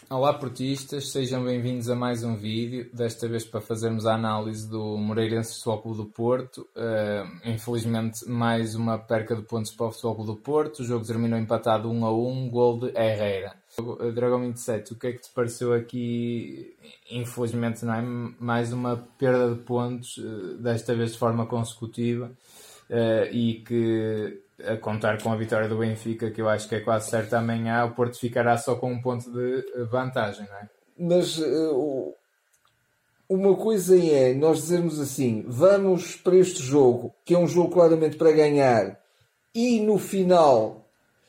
Olá portistas, sejam bem-vindos a mais um vídeo, desta vez para fazermos a análise do Moreirense Futebol Clube do Porto. Infelizmente mais uma perca de pontos para o Futebol Clube do Porto, o jogo terminou empatado 1-1, gol de Herrera. Dragão 27, o que é que te pareceu aqui? Infelizmente não é mais uma perda de pontos, desta vez de forma consecutiva, e que a contar com a vitória do Benfica, que eu acho que é quase certa amanhã, o Porto ficará só com um ponto de vantagem, não é? Mas uma coisa é nós dizermos assim, vamos para este jogo, que é um jogo claramente para ganhar, e no final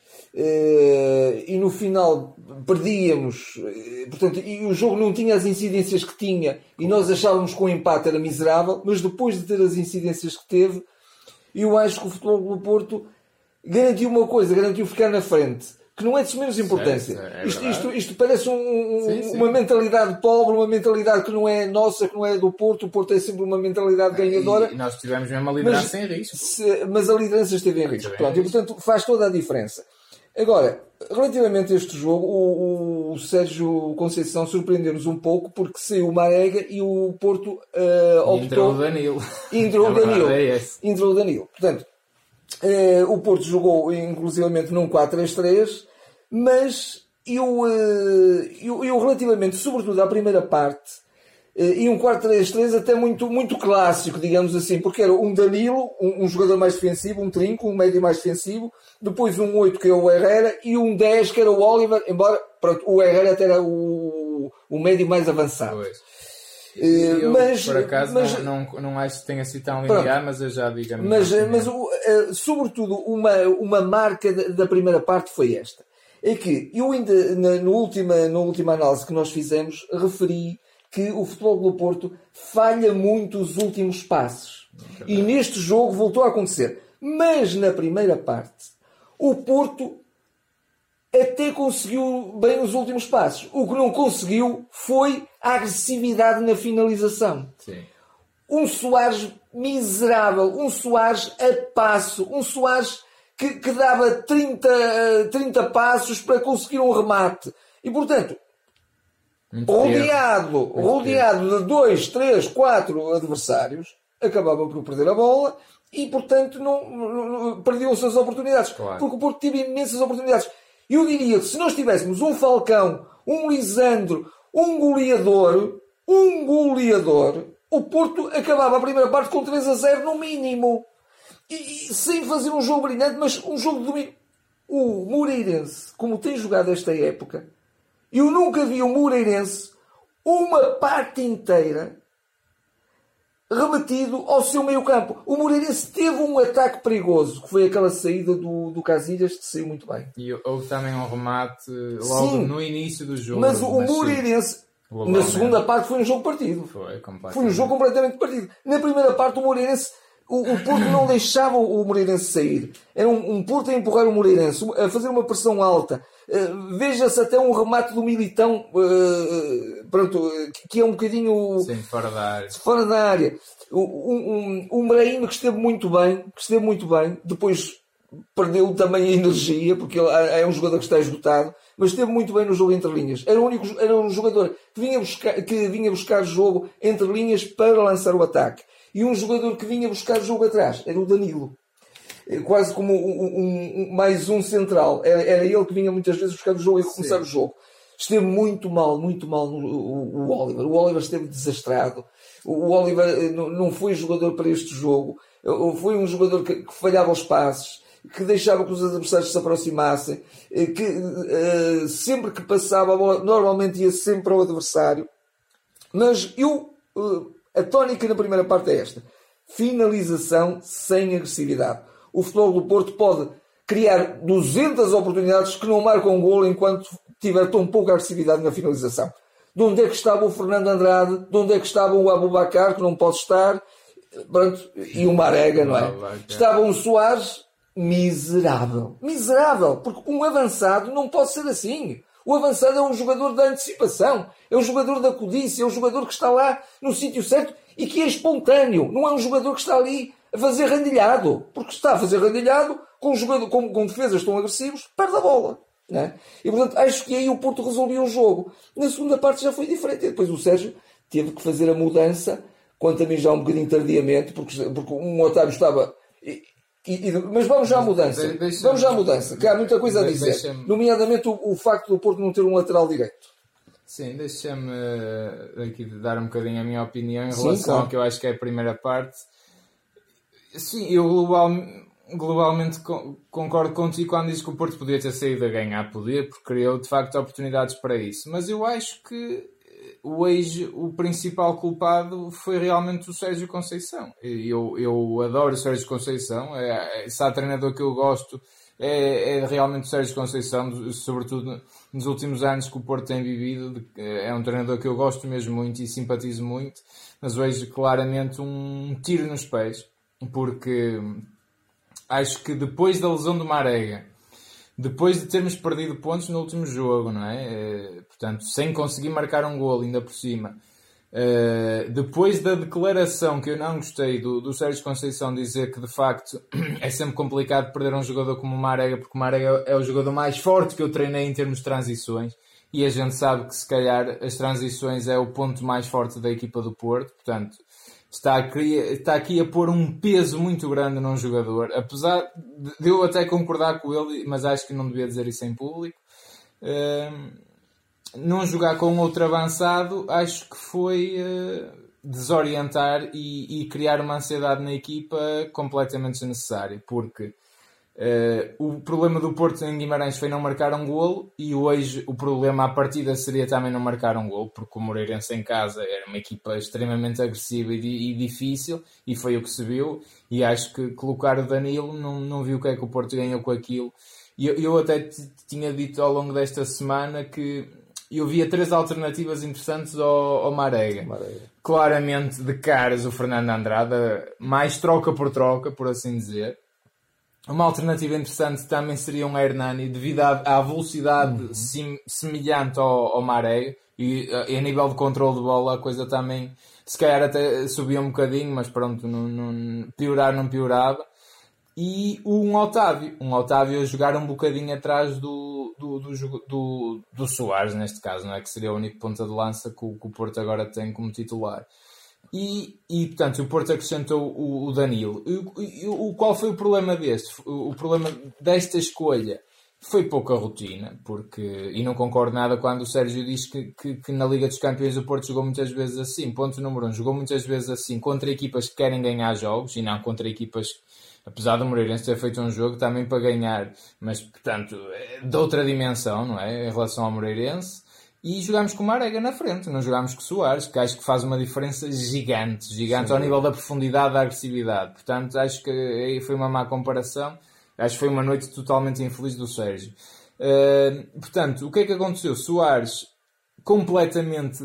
perdíamos, portanto, e o jogo não tinha as incidências que tinha, e nós achávamos que o empate era miserável, mas depois de ter as incidências que teve, eu acho que o Futebol do Porto garantiu uma coisa, garantiu ficar na frente, que não é de menos importância. Isto parece uma mentalidade pobre, uma mentalidade que não é nossa, que não é do Porto. O Porto é sempre uma mentalidade ganhadora. E nós tivemos mesmo a liderança em risco. Mas a liderança esteve em risco. Pronto, e portanto faz toda a diferença. Agora, relativamente a este jogo, o Sérgio Conceição surpreendeu-nos um pouco porque saiu o Marega e o Porto optou... Entrou o Danilo. Entrou o Danilo. Portanto, o Porto jogou inclusivamente num 4-3-3, mas eu relativamente, sobretudo à primeira parte, e um 4-3-3 até muito clássico, digamos assim, porque era um Danilo, um jogador mais defensivo, um trinco, um médio mais defensivo, depois um 8 que é o Herrera e um 10 que era o Oliver, embora pronto, o Herrera até era o médio mais avançado. Mas por acaso não acho que tenha sido tão linear, mas eu já digo a minha mas sobretudo uma marca da primeira parte foi esta, é que eu ainda na última análise que nós fizemos referi que o Futebol do Porto falha muito os últimos passos, e neste jogo voltou a acontecer, mas na primeira parte o Porto até conseguiu bem os últimos passos. O que não conseguiu foi a agressividade na finalização. Sim. Um Soares miserável, um Soares a passo, um Soares que dava 30 passos para conseguir um remate. E, portanto, rodeado de 2, 3, 4 adversários, acabava por perder a bola e, portanto, perdiam-se as oportunidades. Claro. Porque o Porto teve imensas oportunidades. Eu diria que se nós tivéssemos um Falcão, um Lisandro, um goleador, o Porto acabava a primeira parte com 3-0 no mínimo. E sem fazer um jogo brilhante, mas um jogo de domínio. O Moreirense, como tem jogado esta época, eu nunca vi o Moreirense uma parte inteira remetido ao seu meio campo. O Moreirense teve um ataque perigoso, que foi aquela saída do Casilhas, que saiu muito bem. E houve também um remate logo no início do jogo. Mas o Moreirense, na segunda parte, foi um jogo partido. Foi um jogo completamente partido. Na primeira parte, o Moreirense, o Porto não deixava o Moreirense sair. Era um Porto a empurrar o Moreirense, a fazer uma pressão alta. Veja-se até um remate do Militão, que é um bocadinho... Sim, fora da área. Um Brahim que esteve muito bem, depois perdeu também a energia, porque ele é um jogador que está esgotado, mas esteve muito bem no jogo entre linhas. Era um jogador que vinha buscar jogo entre linhas para lançar o ataque. E um jogador que vinha buscar jogo atrás era o Danilo. Quase como mais um central. Era ele que vinha muitas vezes buscar o jogo e recomeçar o jogo. Esteve muito mal o Oliver. O Oliver esteve desastrado. O Oliver não foi jogador para este jogo. Foi um jogador que falhava os passes, que deixava que os adversários se aproximassem, que sempre que passava a bola, normalmente ia sempre ao adversário. Mas a tónica na primeira parte é esta: finalização sem agressividade. O Futebol do Porto pode criar 200 oportunidades que não marcam um golo enquanto tiver tão pouca agressividade na finalização. De onde é que estava o Fernando Andrade? De onde é que estava o Aboubakar, que não pode estar? Pronto, e o Marega, não é? Estava um Soares miserável. Miserável, porque um avançado não pode ser assim. O avançado é um jogador da antecipação, é um jogador da codice, é um jogador que está lá no sítio certo e que é espontâneo. Não é um jogador que está ali a fazer randilhado, porque está a fazer randilhado com defesas tão agressivos, perde a bola. Não é? E portanto acho que aí o Porto resolveu o jogo. Na segunda parte já foi diferente. E depois o Sérgio teve que fazer a mudança, quanto a mim já um bocadinho tardiamente, porque um Otávio estava... mas vamos já à mudança. Vamos já à mudança, que há muita coisa a dizer. Nomeadamente o facto do Porto não ter um lateral direito. Sim, deixa-me aqui dar um bocadinho a minha opinião em relação ao que eu acho que é a primeira parte. Sim, eu globalmente concordo contigo quando diz que o Porto podia ter saído a ganhar poder, porque criou de facto oportunidades para isso. Mas eu acho que hoje o principal culpado foi realmente o Sérgio Conceição. Eu adoro o Sérgio Conceição, se há treinador que eu gosto é realmente o Sérgio Conceição, sobretudo nos últimos anos que o Porto tem vivido. É um treinador que eu gosto mesmo muito e simpatizo muito, mas hoje claramente um tiro nos pés, porque acho que depois da lesão do Marega, depois de termos perdido pontos no último jogo, não é? Portanto, sem conseguir marcar um golo ainda por cima, depois da declaração que eu não gostei do Sérgio Conceição dizer que de facto é sempre complicado perder um jogador como o Marega, porque o Marega é o jogador mais forte que eu treinei em termos de transições, e a gente sabe que se calhar as transições é o ponto mais forte da equipa do Porto. Portanto, está aqui a pôr um peso muito grande num jogador, apesar de eu até concordar com ele, mas acho que não devia dizer isso em público. Não jogar com outro avançado acho que foi desorientar e criar uma ansiedade na equipa completamente desnecessária, porque o problema do Porto em Guimarães foi não marcar um golo, e hoje o problema à partida seria também não marcar um golo, porque o Moreirense em casa era uma equipa extremamente agressiva e difícil, e foi o que se viu. E acho que colocar o Danilo, não vi o que é que o Porto ganhou com aquilo. E eu até tinha dito ao longo desta semana que eu via 3 alternativas interessantes ao Marega. Claramente de caras o Fernando Andrade, mais troca por troca, por assim dizer. Uma alternativa interessante também seria um Hernani, devido à velocidade semelhante ao Marega, e a nível de controle de bola a coisa também se calhar até subia um bocadinho, mas pronto, piorar não piorava. E um Otávio a jogar um bocadinho atrás do Soares, neste caso, não é? Que seria o único ponta de lança que o Porto agora tem como titular. E portanto, o Porto acrescentou o Danilo. Qual foi o problema deste? O problema desta escolha foi pouca rotina, e não concordo nada quando o Sérgio diz que na Liga dos Campeões o Porto jogou muitas vezes assim. Ponto número 1, jogou muitas vezes assim contra equipas que querem ganhar jogos, e não contra equipas, apesar do Moreirense ter feito um jogo também para ganhar, mas portanto de outra dimensão, não é? Em relação ao Moreirense. E jogámos com o Marega na frente, não jogámos com o Soares, que acho que faz uma diferença gigante Sim. Ao nível da profundidade, da agressividade. Portanto, acho que aí foi uma má comparação. Acho que foi uma noite totalmente infeliz do Sérgio. Portanto, o que é que aconteceu? Soares completamente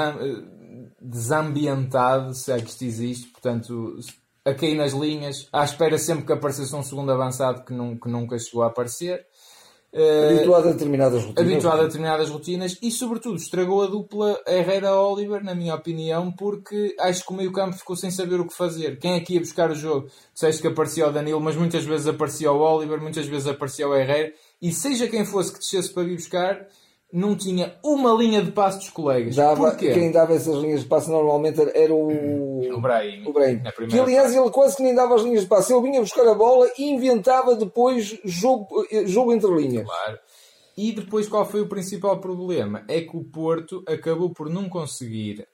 desambientado, se é que isto existe, portanto, a cair nas linhas, à espera sempre que aparecesse um segundo avançado que nunca chegou a aparecer. Habituado a determinadas rotinas. E sobretudo estragou a dupla Herrera-Oliver, na minha opinião, porque acho que o meio campo ficou sem saber o que fazer. Quem é que ia buscar o jogo? Disseste que aparecia o Danilo, mas muitas vezes aparecia o Oliver, muitas vezes aparecia o Herrera, e seja quem fosse que descesse para vir buscar, não tinha uma linha de passe dos colegas. Porquê? Quem dava essas linhas de passe normalmente era o Brahim. Que aliás ele quase que nem dava as linhas de passe. Ele vinha buscar a bola e inventava depois jogo entre linhas. Claro. E depois qual foi o principal problema? É que o Porto acabou por não conseguir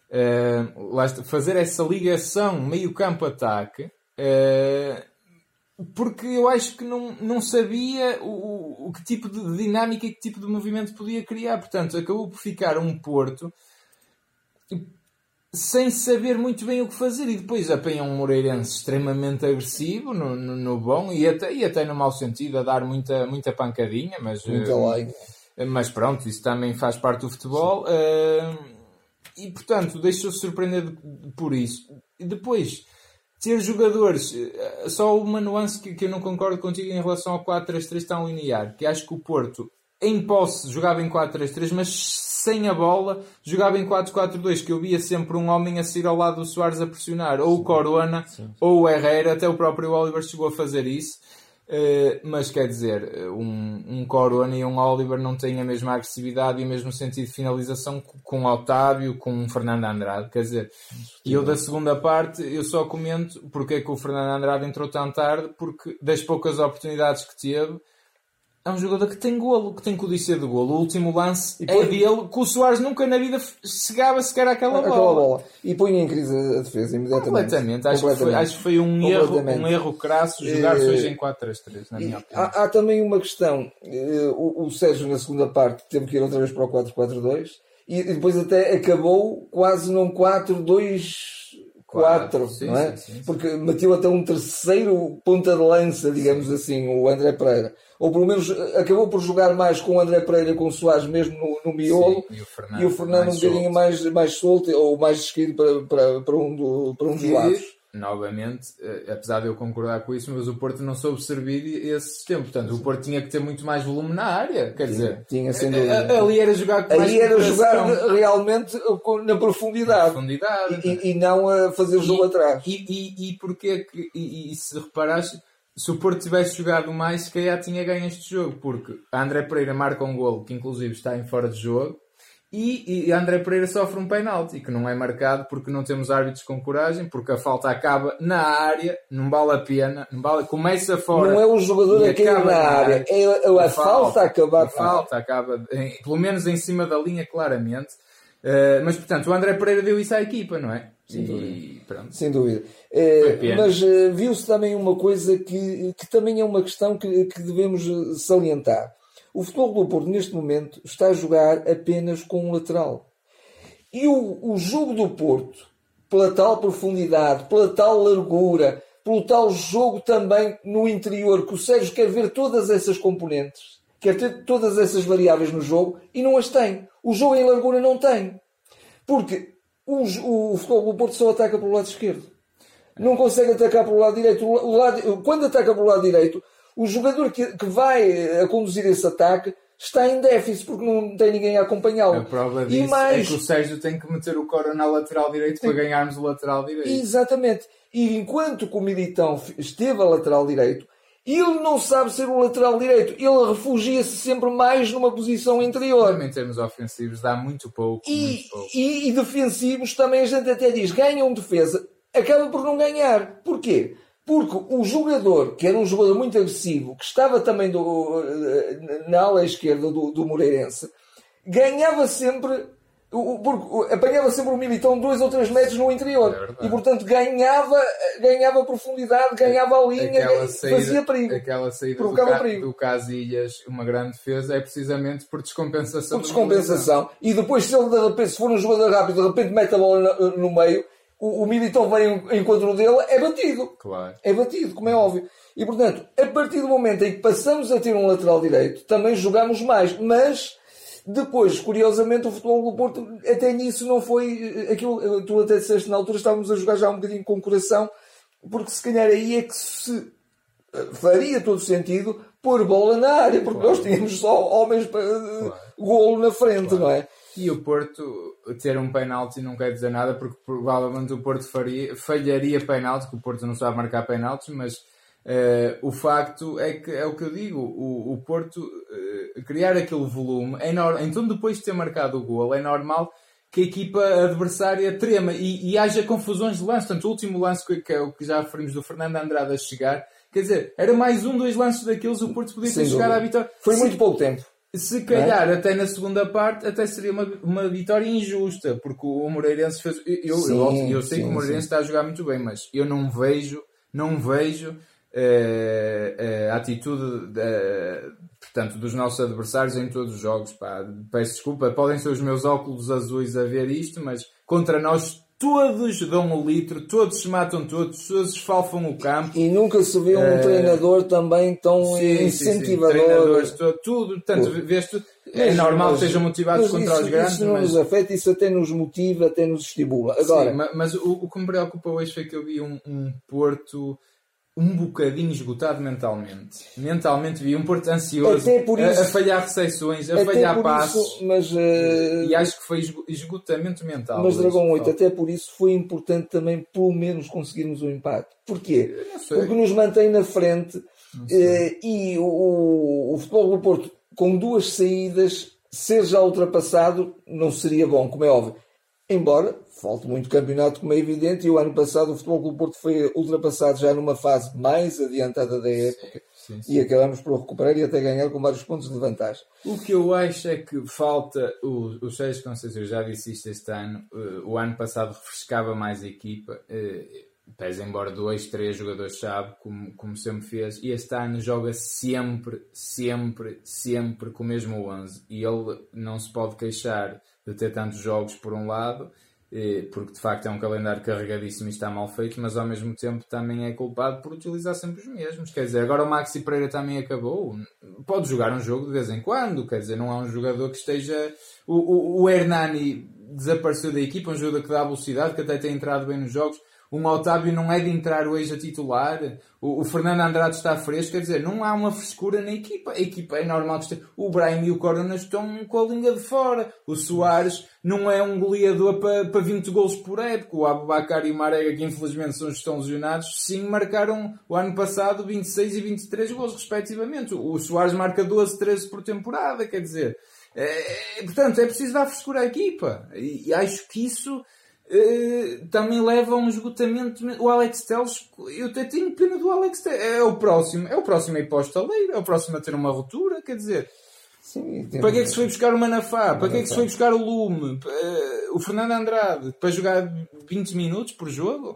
fazer essa ligação meio campo-ataque, porque eu acho que não sabia o que tipo de dinâmica e que tipo de movimento podia criar. Portanto, acabou por ficar um Porto sem saber muito bem o que fazer, e depois apanha um Moreirense extremamente agressivo no bom e até no mau sentido, a dar muita pancadinha, mas pronto, isso também faz parte do futebol. E portanto deixou-se surpreender por isso. E depois ter jogadores, só uma nuance que eu não concordo contigo em relação ao 4-3-3 tão linear, que acho que o Porto em posse jogava em 4-3-3, mas sem a bola jogava em 4-4-2, que eu via sempre um homem a sair ao lado do Soares a pressionar, ou o Corona, ou o Herrera, até o próprio Oliver chegou a fazer isso. Mas quer dizer, um Corona e um Oliver não têm a mesma agressividade e o mesmo sentido de finalização com o Otávio, com o Fernando Andrade. Quer dizer, e eu da segunda parte, eu só comento porque é que o Fernando Andrade entrou tão tarde, porque das poucas oportunidades que teve, é um jogador que tem golo, que tem codicia de golo. O último lance é dele, que o Soares nunca na vida chegava sequer àquela bola. E põe em crise a defesa imediatamente. Completamente. Acho que foi um erro crasso jogar-se hoje em 4-3-3, na minha opinião. Há também uma questão. O Sérgio, na segunda parte, teve que ir outra vez para o 4-4-2 e depois até acabou quase num 4-2-4, não é? Sim. Porque meteu até um terceiro ponta de lança, digamos assim, o André Pereira. Ou pelo menos acabou por jogar mais com o André Pereira e com o Soares mesmo no miolo. Sim, e o Fernando um bocadinho mais solto ou mais esquerdo para um dos lados. Novamente, apesar de eu concordar com isso, mas o Porto não soube servir esse sistema. Portanto, o Porto tinha que ter muito mais volume na área. Quer dizer, tinha sem dúvida. Ali era jogar com mais aí era jogar realmente na profundidade. E não a fazer o jogo atrás. E porquê que... E se reparaste, se o Porto tivesse jogado mais, se calhar tinha ganho este jogo. Porque a André Pereira marca um golo que inclusive está em fora de jogo. E André Pereira sofre um penalti que não é marcado porque não temos árbitros com coragem, porque a falta acaba na área, não vale a pena, começa fora. Não é o jogador a cair na área, é a falta a acabar. A falta acaba, pelo menos em cima da linha, claramente. Mas portanto, o André Pereira deu isso à equipa, não é? Sem dúvida. Mas viu-se também uma coisa que também é uma questão que devemos salientar. O Futebol do Porto, neste momento, está a jogar apenas com um lateral. E o jogo do Porto, pela tal profundidade, pela tal largura, pelo tal jogo também no interior, que o Sérgio quer ver todas essas componentes, quer ter todas essas variáveis no jogo, e não as tem. O jogo em largura não tem. Porque o Futebol do Porto só ataca pelo lado esquerdo. Não consegue atacar pelo lado direito. Quando ataca pelo lado direito, o jogador que vai a conduzir esse ataque está em déficit porque não tem ninguém a acompanhá-lo. A prova disso é que o Sérgio tem que meter o Corona na lateral direito para ganharmos o lateral direito. Exatamente. E enquanto que o Militão esteve a lateral direito, ele não sabe ser o lateral direito. Ele refugia-se sempre mais numa posição interior. Também em termos ofensivos dá muito pouco. E defensivos também a gente até diz, ganham defesa, acaba por não ganhar. Porquê? Porque o jogador, que era um jogador muito agressivo, que estava também na ala esquerda do Moreirense, ganhava sempre, apanhava sempre o Militão 2 ou 3 metros no interior. E, portanto, ganhava profundidade, ganhava a linha, fazia perigo. Aquela saída do Casillas, uma grande defesa, é precisamente por descompensação. Por descompensação. E depois, se ele, de repente, se for um jogador rápido, de repente mete a bola no meio, o Militão vem em encontro dele, é batido. Claro. É batido, como é óbvio. E, portanto, a partir do momento em que passamos a ter um lateral direito, também jogamos mais. Mas, depois, curiosamente, o Futebol do Porto, até nisso não foi aquilo. Tu até disseste na altura, estávamos a jogar já um bocadinho com o coração, porque se calhar aí é que se faria todo sentido pôr bola na área, porque nós tínhamos só homens para golo na frente, não é? E o Porto ter um penalti não quer dizer nada, porque provavelmente o Porto falharia penalti, que o Porto não sabe marcar penaltis, mas o facto é que é o que eu digo, o Porto criar aquele volume é normal. Então, depois de ter marcado o golo, é normal que a equipa adversária trema e haja confusões de lance. Portanto, o último lance, que é o que já referimos, do Fernando Andrade a chegar, quer dizer, era mais dois lances daqueles, o Porto podia ter chegado à vitória. Foi muito pouco tempo. Se calhar, até na segunda parte, até seria uma vitória injusta, porque o Moreirense fez... Eu sei que o Moreirense está a jogar muito bem, mas eu não vejo a atitude portanto, dos nossos adversários em todos os jogos. Peço desculpa, podem ser os meus óculos azuis a ver isto, mas contra nós todos dão o litro, todos se matam todos esfalfam o campo. E nunca se vê um treinador também tão incentivador. Treinadores, tudo. Portanto, vês tudo. É normal que sejam motivados contra os grandes. Isso não nos afeta, isso até nos motiva, até nos estimula. Agora, mas o que me preocupa hoje foi que eu vi um Porto um bocadinho esgotado mentalmente. Mentalmente vi um Porto ansioso, a falhar recepções, a falhar passos. E acho que foi esgotamento mental. Mas, Dragão 8, até por isso foi importante também, pelo menos, conseguirmos o empate. Porquê? Porque nos mantém na frente E o Futebol do Porto, com 2 saídas, ser já ultrapassado não seria bom, como é óbvio. Embora falte muito campeonato, como é evidente, e o ano passado o Futebol Clube do Porto foi ultrapassado já numa fase mais adiantada da época, sim. E acabamos por recuperar e até ganhar com vários pontos de vantagem. O que eu acho é que falta o Sérgio Conceição, eu já disse isto este ano, o ano passado refrescava mais a equipa, pese embora 2, 3 jogadores-chave, como sempre fez, e este ano joga sempre com o mesmo 11, e ele não se pode queixar de ter tantos jogos por um lado, porque de facto é um calendário carregadíssimo e está mal feito, mas ao mesmo tempo também é culpado por utilizar sempre os mesmos. Quer dizer, agora o Maxi Pereira também acabou, pode jogar um jogo de vez em quando, quer dizer, não há um jogador que esteja... O Hernani desapareceu da equipa, um jogador que dá velocidade, que até tem entrado bem nos jogos. O Otávio não é de entrar hoje a titular. O Fernando Andrade está fresco. Quer dizer, não há uma frescura na equipa. A equipa é normal que esteja... O Brahim e o Córdonas estão com a língua de fora. O Soares não é um goleador para 20 golos por época. O Aboubakar e o Marega, que infelizmente estão lesionados, sim, marcaram o ano passado 26 e 23 golos, respectivamente. O Soares marca 12, 13 por temporada. Quer dizer... portanto, é preciso dar frescura à equipa. E acho que isso... também leva a um esgotamento. O Alex Telles, eu até tenho pena do Alex Telles, é o próximo a ir para o estaleiro, é o próximo a ter uma ruptura, quer dizer, sim, para que é que se foi buscar o Manafá, para que é que se foi buscar o Lume, o Fernando Andrade, para jogar 20 minutos por jogo?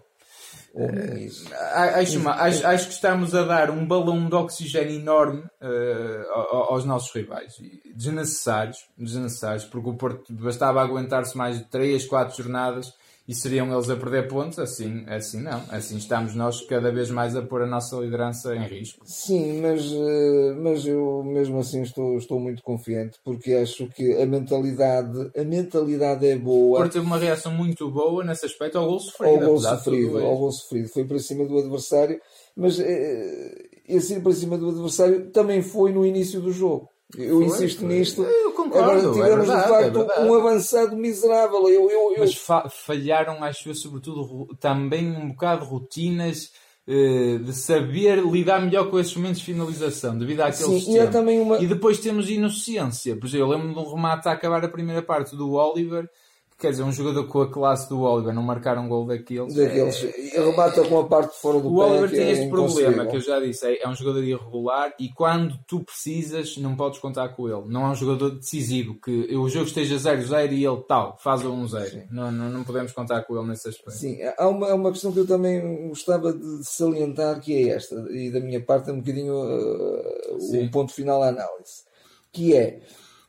Acho que estamos a dar um balão de oxigênio enorme aos nossos rivais, desnecessários, porque o Porto bastava aguentar-se mais de 3, 4 jornadas e seriam eles a perder pontos. Assim não, assim estamos nós cada vez mais a pôr a nossa liderança em risco. Sim, mas eu mesmo assim estou muito confiante, porque acho que a mentalidade é boa. O Porto teve uma reação muito boa nesse aspecto ao gol sofrido. Ao gol sofrido, foi para cima do adversário, mas esse ir para cima do adversário também foi no início do jogo. Eu insisto nisto. Eu concordo. Agora tivemos de facto um avançado miserável. Mas falharam, acho eu, sobretudo também um bocado de rotinas de saber lidar melhor com esses momentos de finalização, devido àquele sistema. E depois temos inocência. Por exemplo, eu lembro de um remate a acabar a primeira parte do Oliver. Quer dizer, um jogador com a classe do Oliver não marcar um gol daqueles. E remata com a parte de fora do pé. O Oliver tem este problema que eu já disse, é um jogador irregular e quando tu precisas não podes contar com ele. Não é um jogador decisivo, que o jogo esteja 0-0 e ele faz o 1-0. Não podemos contar com ele nesse aspecto. Sim, há uma questão que eu também gostava de salientar, que é esta, e da minha parte é um bocadinho o ponto final à análise, que é...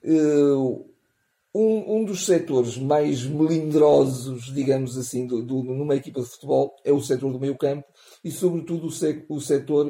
Um dos setores mais melindrosos, digamos assim, numa equipa de futebol é o setor do meio campo e, sobretudo, o setor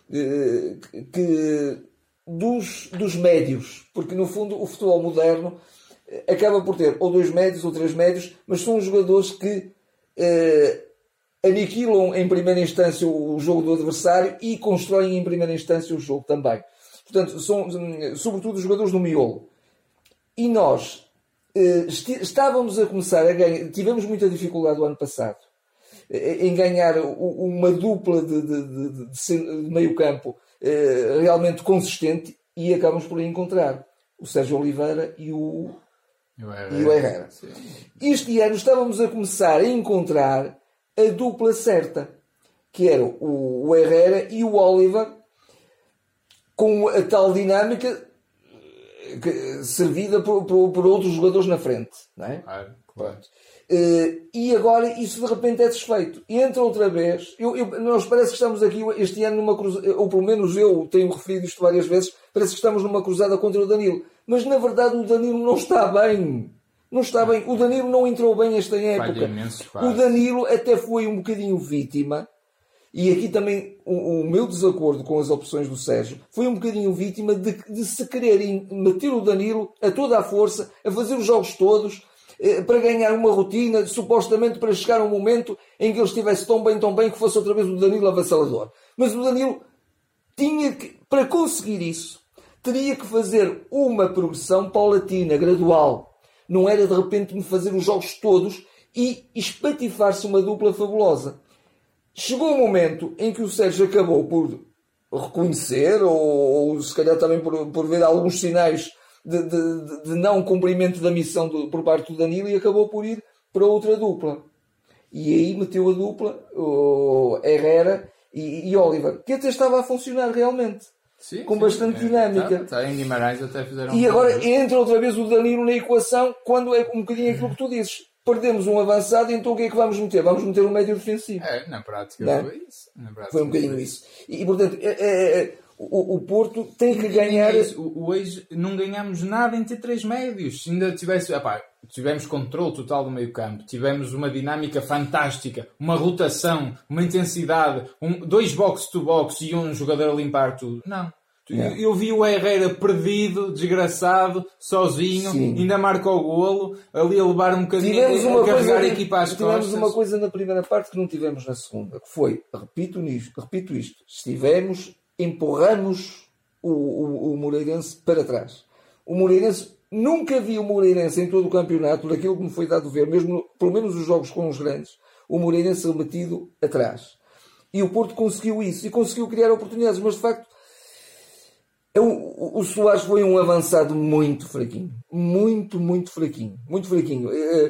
dos médios, porque, no fundo, o futebol moderno acaba por ter ou 2 médios ou 3 médios, mas são jogadores que aniquilam em primeira instância o jogo do adversário e constroem em primeira instância o jogo também. Portanto, são, sobretudo, os jogadores do miolo. E nós estávamos a começar a ganhar, tivemos muita dificuldade o ano passado em ganhar uma dupla de meio campo realmente consistente e acabamos por encontrar o Sérgio Oliveira e o Herrera. Este ano estávamos a começar a encontrar a dupla certa, que era o Herrera e o Oliver, com a tal dinâmica servida por outros jogadores na frente, não é? Claro. E agora isso de repente é desfeito. Entra outra vez. Nós parece que estamos aqui este ano numa cruzada, ou pelo menos eu tenho referido isto várias vezes, parece que estamos numa cruzada contra o Danilo. Mas na verdade o Danilo não está bem. Não está bem. O Danilo não entrou bem esta época. O Danilo até foi um bocadinho vítima. E aqui também o meu desacordo com as opções do Sérgio foi um bocadinho vítima de se quererem meter o Danilo a toda a força, a fazer os jogos todos, para ganhar uma rotina, supostamente para chegar a um momento em que ele estivesse tão bem, que fosse outra vez o Danilo avassalador. Mas o Danilo para conseguir isso, teria que fazer uma progressão paulatina, gradual. Não era de repente me fazer os jogos todos e espatifar-se uma dupla fabulosa. Chegou um momento em que o Sérgio acabou por reconhecer, ou se calhar também por ver alguns sinais de não cumprimento da missão por parte do Danilo, e acabou por ir para outra dupla. E aí meteu a dupla, o Herrera e Oliver, que até estava a funcionar realmente. Sim, com bastante dinâmica. Tá, em Guimarães até fizeram. E agora entra outra vez o Danilo na equação, quando é um bocadinho aquilo que tu dizes. Perdemos um avançado, então o que é que vamos meter? Vamos meter um médio defensivo. Na prática foi isso. Foi um bocadinho isso. E portanto, o Porto tem que ganhar. Hoje não ganhamos nada em ter 3 médios. Se ainda tivemos controle total do meio campo, tivemos uma dinâmica fantástica, uma rotação, uma intensidade, 2 box-to-box e um jogador a limpar tudo. Não. Eu vi o Herrera perdido, desgraçado, sozinho, ainda marca o golo, ali a levar um bocadinho, a carregar a equipa às costas. Tivemos uma coisa na primeira parte que não tivemos na segunda, que foi, repito isto, empurramos o Moreirense para trás. O Moreirense, nunca vi o Moreirense em todo o campeonato, por aquilo que me foi dado a ver, mesmo, pelo menos os jogos com os grandes, o Moreirense remetido atrás. E o Porto conseguiu isso, e conseguiu criar oportunidades, mas de facto, o Soares foi um avançado muito fraquinho. Muito fraquinho. Muito fraquinho.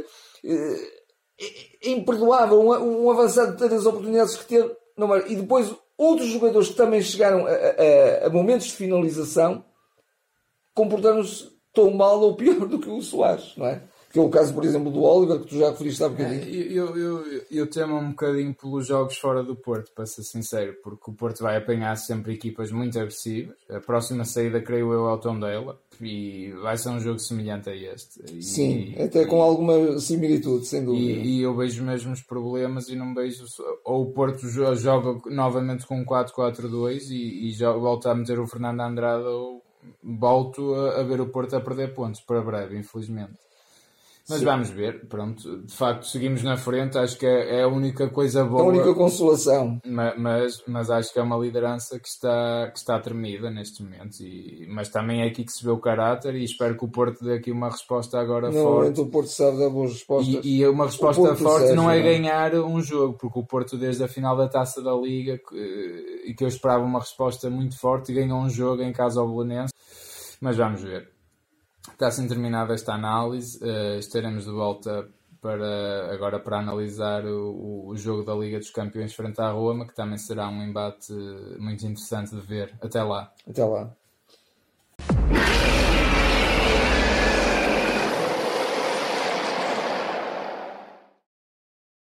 É imperdoável um avançado ter as oportunidades que teve. E depois outros jogadores que também chegaram a momentos de finalização comportaram-se tão mal ou pior do que o Soares, não é? Que é o caso, por exemplo, do Oliver, que tu já referiste há bocadinho. Eu temo um bocadinho pelos jogos fora do Porto, para ser sincero, porque o Porto vai apanhar sempre equipas muito agressivas. A próxima saída, creio eu, é o Tondela, e vai ser um jogo semelhante a este. Sim, até com alguma similitude, sem dúvida. E eu vejo os mesmos problemas e não vejo... Ou o Porto joga novamente com um 4-4-2 e volta a meter o Fernando Andrade, ou volto a ver o Porto a perder pontos para breve, infelizmente. Mas vamos ver, pronto, de facto seguimos na frente, acho que é a única coisa boa. A única consolação. Mas acho que é uma liderança que está tremida nestes momentos, mas também é aqui que se vê o caráter, e espero que o Porto dê aqui uma resposta agora forte. O Porto sabe dar boas respostas. E uma resposta forte não é ganhar um jogo, porque o Porto desde a final da Taça da Liga, e que eu esperava uma resposta muito forte, ganhou um jogo em casa ao Belenenses, mas vamos ver. Está assim terminada esta análise. Estaremos de volta agora para analisar o jogo da Liga dos Campeões frente à Roma, que também será um embate muito interessante de ver. Até lá. Até lá.